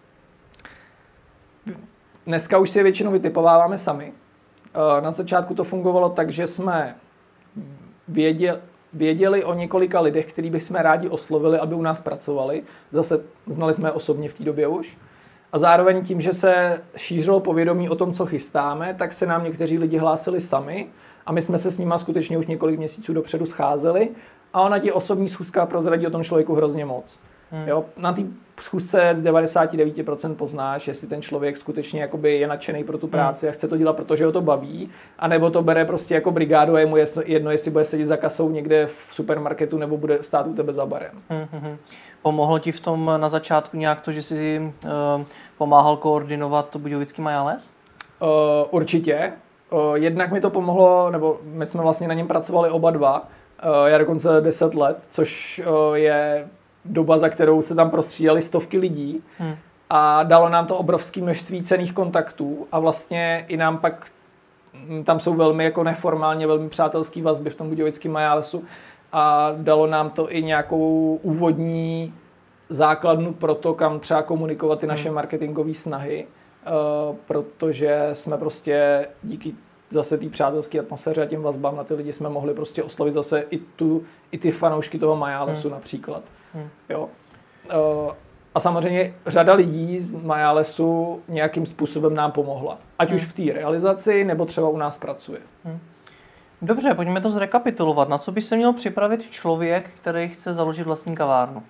Dneska už si je většinou vytipováváme sami. Uh, na začátku to fungovalo tak, že jsme věděli, věděli o několika lidech, který bychom rádi oslovili, aby u nás pracovali. Zase znali jsme je osobně v té době už. A zároveň tím, že se šířilo povědomí o tom, co chystáme, tak se nám někteří lidi hlásili sami A my jsme se s nima skutečně už několik měsíců dopředu scházeli a ona ti osobní schůzka prozradí o tom člověku hrozně moc. Hmm. Jo, na té schůzce z devadesát devět procent poznáš, jestli ten člověk skutečně jakoby je nadšený pro tu práci hmm. a chce to dělat, protože ho to baví, anebo to bere prostě jako brigádu a je mu jedno, jestli bude sedět za kasou někde v supermarketu nebo bude stát u tebe za barem. Hmm. Pomohlo ti v tom na začátku nějak to, že jsi uh, pomáhal koordinovat to Budějovický Majales? Uh, určitě. Uh, jednak mi to pomohlo, nebo my jsme vlastně na něm pracovali oba dva, uh, já dokonce deset let, což uh, je doba, za kterou se tam prostřídali stovky lidí hmm. a dalo nám to obrovské množství cenných kontaktů a vlastně i nám pak, tam jsou velmi jako neformálně, velmi přátelský vazby v tom Budějovickém Majalesu a dalo nám to i nějakou úvodní základnu pro to, kam třeba komunikovat ty naše hmm. marketingové snahy, uh, protože jsme prostě díky zase té přátelské atmosféře a těm vazbám na ty lidi jsme mohli prostě oslovit zase i, tu, i ty fanoušky toho Majalesu hmm. například. Hmm. Jo. Uh, a samozřejmě řada lidí z Majalesu nějakým způsobem nám pomohla. Ať hmm. už v té realizaci, nebo třeba u nás pracuje. Hmm. Dobře, pojďme to zrekapitulovat. Na co by se měl připravit člověk, který chce založit vlastní kavárnu?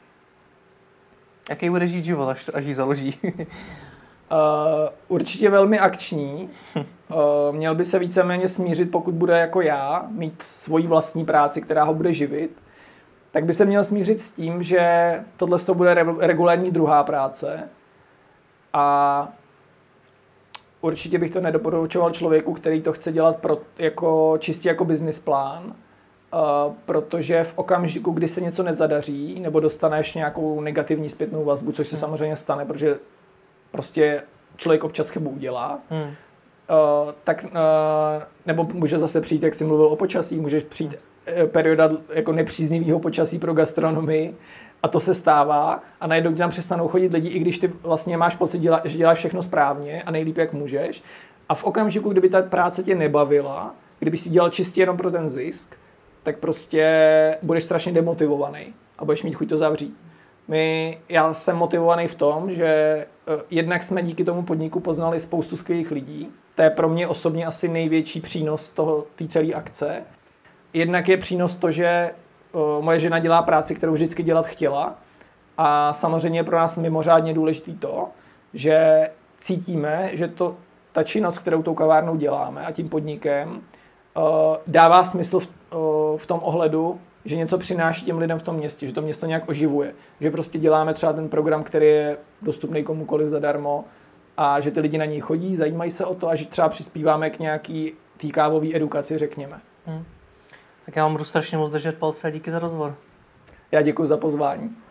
Jaký bude žít život, až, až ji založí? uh, určitě velmi akční. Uh, měl by se víceméně smířit, pokud bude jako já, mít svoji vlastní práci, která ho bude živit. Tak by se měl smířit s tím, že tohle bude regulární druhá práce a určitě bych to nedoporučoval člověku, který to chce dělat pro, jako, čistě jako business plán, uh, protože v okamžiku, kdy se něco nezadaří nebo dostaneš nějakou negativní zpětnou vazbu, což se hmm. samozřejmě stane, protože prostě člověk občas chybu udělá, hmm. uh, tak, uh, nebo může zase přijít, jak jsi mluvil o počasí, můžeš přijít perioda jako nepříznivého počasí pro gastronomii a to se stává a najednou ti tam přestanou chodit lidi, i když ty vlastně máš pocit, že děláš všechno správně a nejlíp, jak můžeš. A v okamžiku, kdyby ta práce tě nebavila, kdyby si dělal čistě jenom pro ten zisk, tak prostě budeš strašně demotivovaný a budeš mít chuť to zavřít. My, já jsem motivovaný v tom, že jednak jsme díky tomu podniku poznali spoustu skvělých lidí. To je pro mě osobně asi největší přínos toho té celé akce. Jednak je přínos to, že uh, moje žena dělá práci, kterou vždycky dělat chtěla. A samozřejmě je pro nás mimořádně důležitý to, že cítíme, že to, ta činnost, kterou tou kavárnou děláme a tím podnikem, uh, dává smysl v, uh, v tom ohledu, že něco přináší těm lidem v tom městě, že to město nějak oživuje. Že prostě děláme třeba ten program, který je dostupný komukoliv zadarmo a že ty lidi na něj chodí, zajímají se o to a že třeba přispíváme k nějaký té kávové edukaci, řekněme. Hmm. Tak já vám budu strašně moc držet palce a díky za rozhovor. Já děkuji za pozvání.